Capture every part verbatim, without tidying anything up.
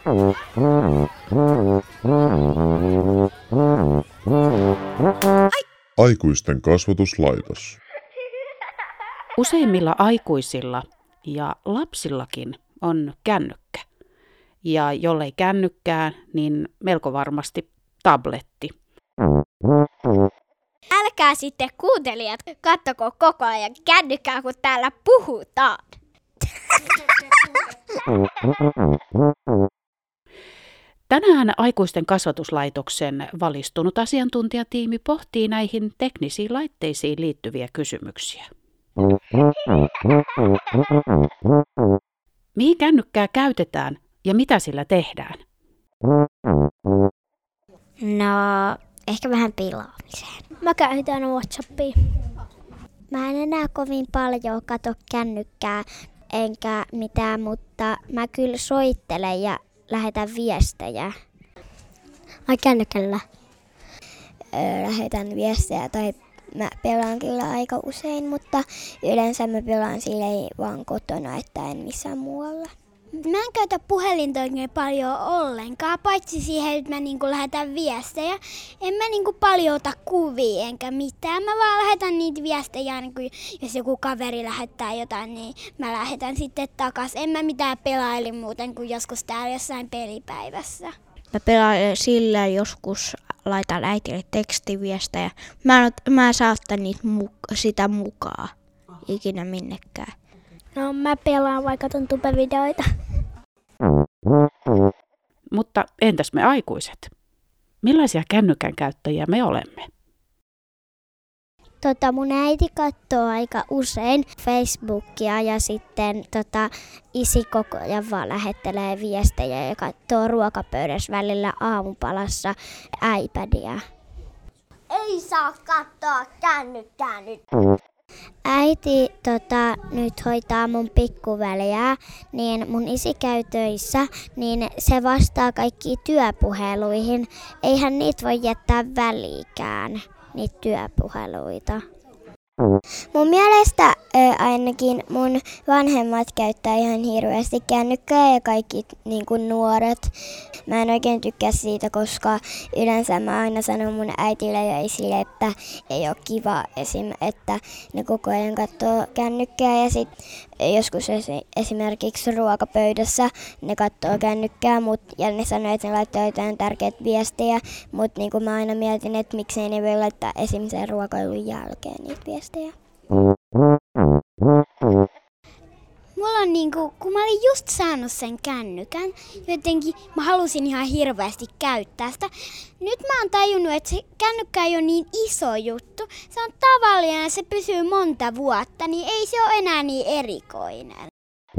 Aikuisten kasvatuslaitos. Useimmilla aikuisilla ja lapsillakin on kännykkä. Ja jollei kännykkää, niin melko varmasti tabletti. Älkää sitten kuuntelijat, kattoko koko ajan kännykkää, kun täällä puhutaan. Tänään Aikuisten kasvatuslaitoksen valistunut asiantuntijatiimi pohtii näihin teknisiin laitteisiin liittyviä kysymyksiä. Mihin kännykkää käytetään ja mitä sillä tehdään? No, ehkä vähän pilaamiseen. Mä käytän WhatsAppia. Mä en enää kovin paljon katso kännykkää enkä mitään, mutta mä kyllä soittelen ja lähetän viestejä. Ai kännykällä? Öö, lähetän viestejä tai mä pelaan kyllä aika usein, mutta yleensä mä pelaan silleen vaan kotona, että en missään muualla. Mä en käytä puhelinta oikein paljon ollenkaan, paitsi siihen, että mä niinku lähetän viestejä. En mä niinku paljon ota kuvia enkä mitään. Mä vaan lähetän niitä viestejä, niin kun jos joku kaveri lähettää jotain, niin mä lähetän sitten takas. En mä mitään pelaili muuten kuin joskus täällä jossain pelipäivässä. Mä pelaan sillä joskus, laitan äitille tekstiviestejä. Mä en, mä en saa ottaa niitä mu- sitä mukaan ikinä minnekään. No mä pelaan vaikka ton tubevideoita. Mutta entäs me aikuiset? Millaisia kännykän käyttäjiä me olemme? Tota, mun äiti katsoo aika usein Facebookia ja sitten tota, isi koko ajan vaan lähettelee viestejä ja katsoo ruokapöydässä välillä aamupalassa iPadia. Ei saa katsoa kännykkää nyt. Äiti tota, nyt hoitaa mun pikkuväliä, niin mun isi käy töissä, niin se vastaa kaikkiin työpuheluihin. Eihän niitä voi jättää väliikään, niitä työpuheluita. Mun mielestä ö, ainakin mun vanhemmat käyttää ihan hirveästi kännykkää ja kaikki niin kuin nuoret. Mä en oikein tykkää siitä, koska yleensä mä aina sanon mun äitille ja isille, että ei ole kiva esim. Että ne koko ajan katsoo kännykkää ja sit joskus esimerkiksi ruokapöydässä ne katsoo kännykkää mut, ja ne sanoo, että ne laittaa jotain tärkeitä viestejä, mutta niin mä aina mietin, että miksei ne voi laittaa esim. Sen ruokailun jälkeen niitä viestejä. Mulla on niinku, kun mä olin just saanut sen kännykän, jotenkin mä halusin ihan hirveästi käyttää sitä. Nyt mä oon tajunnut, että se kännykkä ei ole niin iso juttu. Se on tavallinen ja se pysyy monta vuotta, niin ei se ole enää niin erikoinen.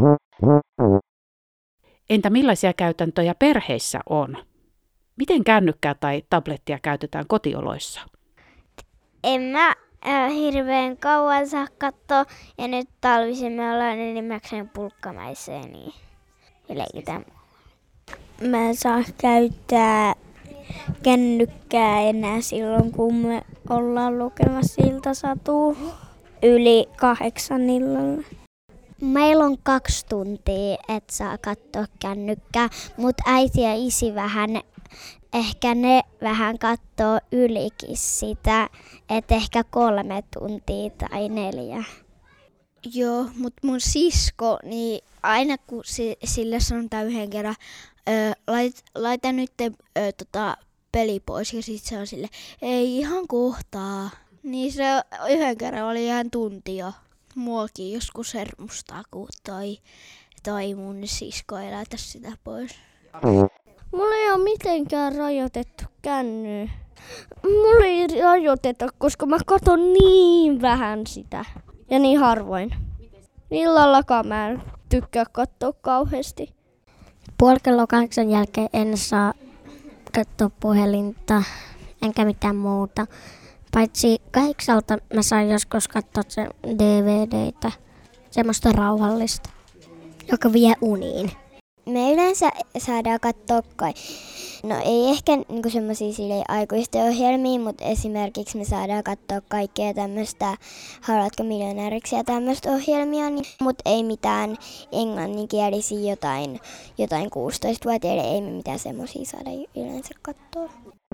Entä millaisia käytäntöjä perheissä on? Miten kännykkää tai tablettia käytetään kotioloissa? En mä äh, hirveän kauan saa katsoa ja nyt talvisin me ollaan enimmäkseen pulkkamäiseen niin leikitään. Mä en saa käyttää kännykkää enää silloin, kun me ollaan lukemassa iltasatua yli kahdeksan illalla. Meillä on kaksi tuntia, et saa katsoa kännykkää, mutta äiti ja isi vähän, ehkä ne vähän katsoo ylikin sitä, että ehkä kolme tuntia tai neljä. Joo, mutta mun sisko, niin aina kun si- sille sanotaan yhden kerran, ö, lait, laita nyt ö, tota, peli pois ja sit se on sille, ei ihan kohtaa. Niin se yhden kerran oli ihan tuntia. Muakin joskus hermostaa, kun toi, toi mun sisko ei laita sitä pois. Mulla ei ole mitenkään rajoitettu kännyä. Mulla ei rajoiteta, koska mä katson niin vähän sitä. Ja niin harvoin. Illallakaan mä en tykkää katsoa kauheasti. Puoli kello kahdeksan jälkeen en saa katsoa puhelinta, enkä mitään muuta. Paitsi kahdeksalta mä saan joskus katsoa sen D V D:tä, semmoista rauhallista, joka vie uniin. Me yleensä saadaan katsoa kai. No ei ehkä niinku semmoisia aikuisten ohjelmia, mutta esimerkiksi me saadaan katsoa kaikkea tämmöistä Haluatko miljonääriksi ja tämmöistä ohjelmia, niin, mutta ei mitään englanninkielisiä jotain, jotain kuusitoistavuotiaille, ei me mitään semmoisia saada yleensä katsoa.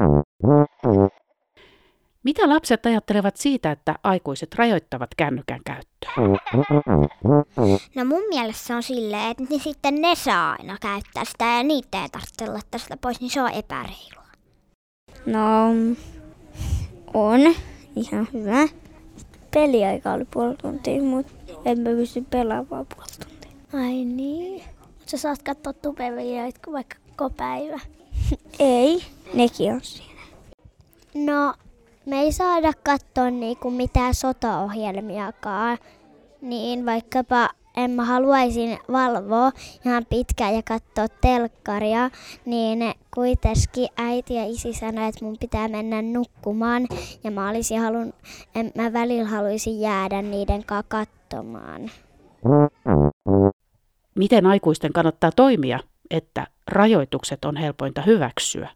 Mitä lapset ajattelevat siitä, että aikuiset rajoittavat kännykän käyttöä? No mun mielestä se on silleen, että niin sitten ne saa aina käyttää sitä ja niitä ei tarvitse laittaa sitä pois, niin se on epäreilua. No, on ihan hyvä. Peliaika oli puoli tuntia, mutta en mä pysty pelaamaan puoli tuntia. Ai niin. Sä saat katsoa tubevideoita vaikka koko päivä. Ei, nekin on siinä. No, me ei saada katsoa niinku mitään sotaohjelmiakaan, niin vaikkapa en mä haluaisin valvoa ihan pitkään ja katsoa telkkaria, niin kuitenkin äiti ja isi sanoi, että mun pitää mennä nukkumaan ja mä olisin halun, en, mä välillä haluaisin jäädä niiden kanssa katsomaan. Miten aikuisten kannattaa toimia, että rajoitukset on helpointa hyväksyä?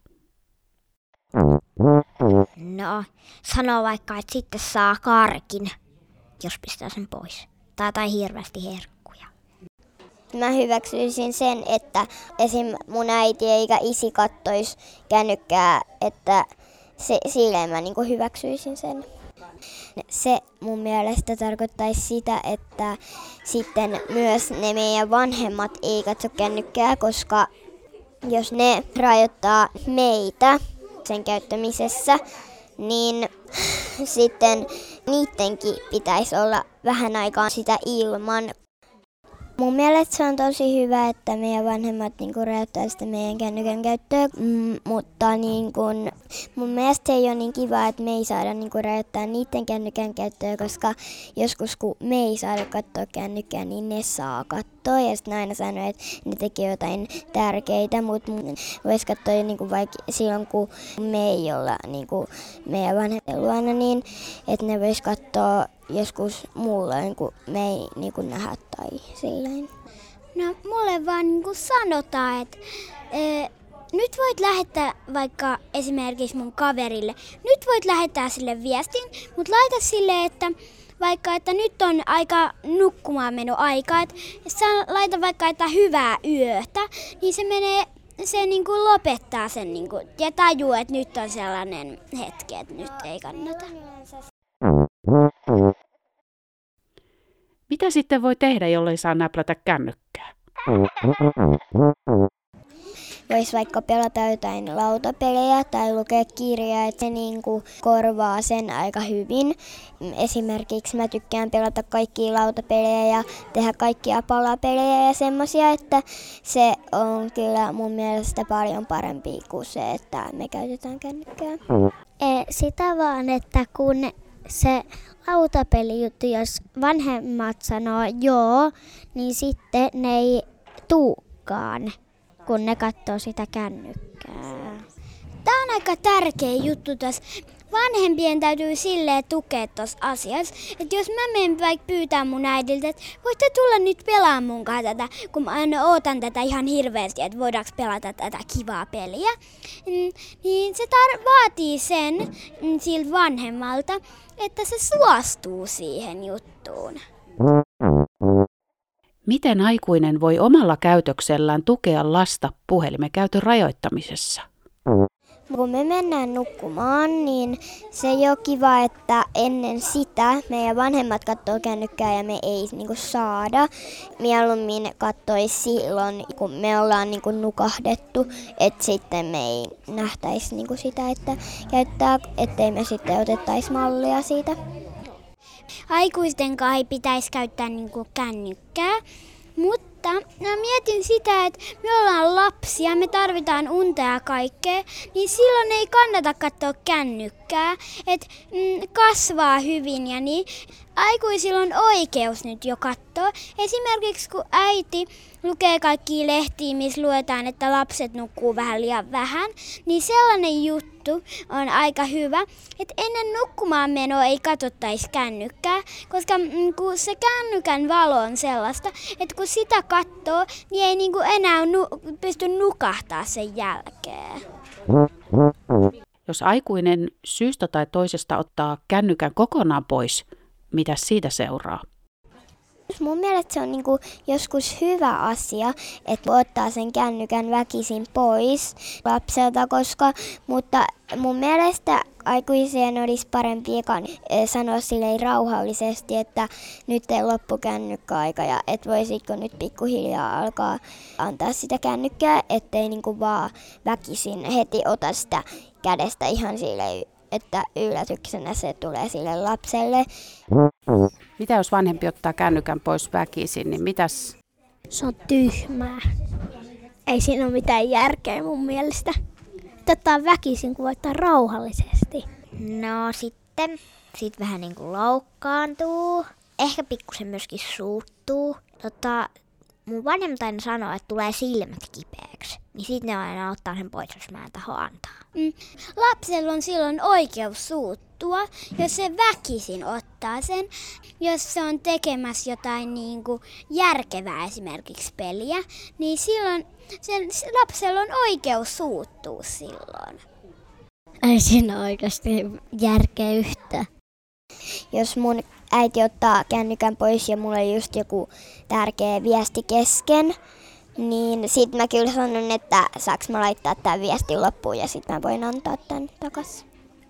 No, sano vaikka, että sitten saa karkin, jos pistää sen pois. Tai, tai hirveästi herkkuja. Mä hyväksyisin sen, että esim. Mun äiti eikä isi kattoisi kännykkää, että se, silleen mä niinku hyväksyisin sen. Se mun mielestä tarkoittaisi sitä, että sitten myös ne meidän vanhemmat ei katso kännykkää, koska jos ne rajoittaa meitä sen käyttämisessä, niin sitten niidenkin pitäisi olla vähän aikaa sitä ilman. Mun mielestä se on tosi hyvä, että meidän vanhemmat niinku rajoittaa sitä meidän kännykän käyttöä, mm, mutta niinku, mun mielestä se ei ole niin kiva, että me ei saada niinku rajoittaa niiden kännykän käyttöä, koska joskus kun me ei saada katsoa kännykkää, niin ne saa katsoa. Ja sitten aina sanoo, että ne tekee jotain tärkeitä, mutta voisi katsoa niinku vaikka silloin, kun me ei olla niinku meidän vanhempien luona, niin että ne vois katsoa joskus muulloin, kun me ei niinku nähdä tai silleen. No mulle vaan niinku sanotaan, että e, nyt voit lähettää vaikka esimerkiksi mun kaverille, nyt voit lähettää sille viestin, mutta laita sille, että vaikka että nyt on aika nukkumaan meno aika, että sä laita vaikka että hyvää yötä, niin se menee, se niinku lopettaa sen niinku, ja tajuu, että nyt on sellainen hetki, että nyt ei kannata. Mitä sitten voi tehdä, jollei saa näplätä kännykkää? Voisi vaikka pelata jotain lautapelejä tai lukea kirjaa, että se niinku korvaa sen aika hyvin. Esimerkiksi mä tykkään pelata kaikkia lautapelejä ja tehdä kaikkia palapelejä ja semmoisia, että se on kyllä mun mielestä paljon parempi kuin se, että me käytetään kännykkää. E, sitä vaan, että kun se lautapelijuttu, jos vanhemmat sanoo joo, niin sitten ne ei tuukaan, kun ne katsoo sitä kännykkää. Tää on aika tärkeä juttu tässä. Vanhempien täytyy silleen tukea tuossa asiassa, että jos mä menen vaikka pyytää mun äidiltä, että voitte tulla nyt pelaamaan mun kanssa tätä, kun mä aina ootan tätä ihan hirveästi, että voidaanko pelata tätä kivaa peliä, niin se tar- vaatii sen siltä vanhemmalta, että se suostuu siihen juttuun. Miten aikuinen voi omalla käytöksellään tukea lasta puhelimen käytön rajoittamisessa? Kun me mennään nukkumaan, niin se ei ole kiva, että ennen sitä meidän vanhemmat katsoo kännykkää ja me ei niinku saada. Mieluummin katsoisi silloin, kun me ollaan niinku nukahdettu, että sitten me ei nähtäisi niinku sitä, että käyttää, ettei me sitten otettaisi mallia siitä. Aikuisten kanssa ei pitäisi käyttää niinku kännykkää, mutta mä mietin sitä, että me ollaan lapsia, me tarvitaan unta ja kaikkea, niin silloin ei kannata katsoa kännykkää. kännykkää, että mm, kasvaa hyvin ja niin. Aikuisilla on oikeus nyt jo katsoa. Esimerkiksi kun äiti lukee kaikkia lehtiä, missä luetaan, että lapset nukkuu vähän liian vähän, niin sellainen juttu on aika hyvä, että ennen nukkumaan menoa ei katsottaisi kännykkää, koska mm, kun se kännykän valo on sellaista, että kun sitä katsoo, niin ei niinku enää nu- pysty nukahtaa sen jälkeen. Jos aikuinen syystä tai toisesta ottaa kännykän kokonaan pois, mitä siitä seuraa? Mun mielestä se on niinku joskus hyvä asia, että ottaa sen kännykän väkisin pois lapselta, koska, mutta mun mielestä aikuisien olisi parempi eka sanoa silleen rauhallisesti, että nyt ei loppu kännykkäaika ja et voisitko nyt pikkuhiljaa alkaa antaa sitä kännykkää, ettei niinku vaan väkisin heti ota sitä kädestä ihan silleen, että yllätyksenä se tulee sille lapselle. Mitä jos vanhempi ottaa kännykän pois väkisin, niin mitäs? Se on tyhmää. Ei siinä ole mitään järkeä mun mielestä. Ottaa väkisin, kun voi ottaa rauhallisesti. No sitten, sit vähän niin kuin loukkaantuu. Ehkä pikkusen myöskin suuttuu. Tota, mun vanhemmat aina sanoo, että tulee silmät kipeäksi. Niin sit ne aina ottaa sen pois, jos mä en taho antaa. Mm. Lapsella on silloin oikeus suuttua, jos se väkisin ottaa sen. Jos se on tekemässä jotain niin kuin järkevää esimerkiksi peliä, niin silloin sen, lapsella on oikeus suuttua silloin. Ei siinä oikeasti järkeä yhtään. Jos mun äiti ottaa kännykän pois ja mulla on just joku tärkeä viesti kesken, niin sit mä kyllä sanon, että saaks mä laittaa tämän viestin loppuun ja sit mä voin antaa tän takas.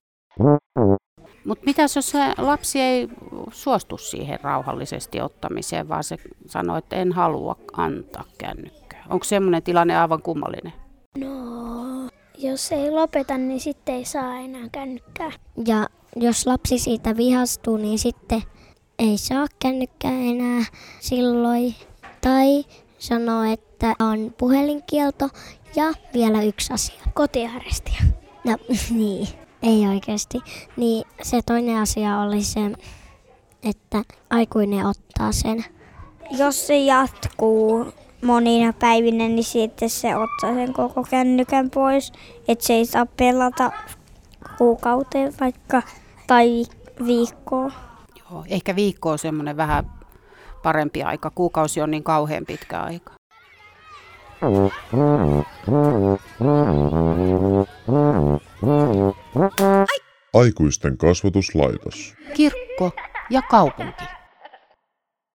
Mutta mitäs jos se lapsi ei suostu siihen rauhallisesti ottamiseen, vaan se sanoo, että en halua antaa kännykkää? Onko semmoinen tilanne aivan kummallinen? No, jos ei lopeta, niin sitten ei saa enää kännykkää. Ja jos lapsi siitä vihastuu, niin sitten ei saa kännykkää enää silloin. Tai sanoo, että on puhelinkielto ja vielä yksi asia. Kotiarestia. No niin, ei oikeasti. Niin se toinen asia oli se, että aikuinen ottaa sen. Jos se jatkuu monina päivinä, niin sitten se ottaa sen koko kännykän pois. Että se ei saa pelata kuukauteen vaikka tai viikkoa. Joo, ehkä viikko on semmoinen vähän parempi aika. Kuukausi on niin kauhean pitkä aika. Aikuisten kasvatuslaitos. Kirkko ja kaupunki.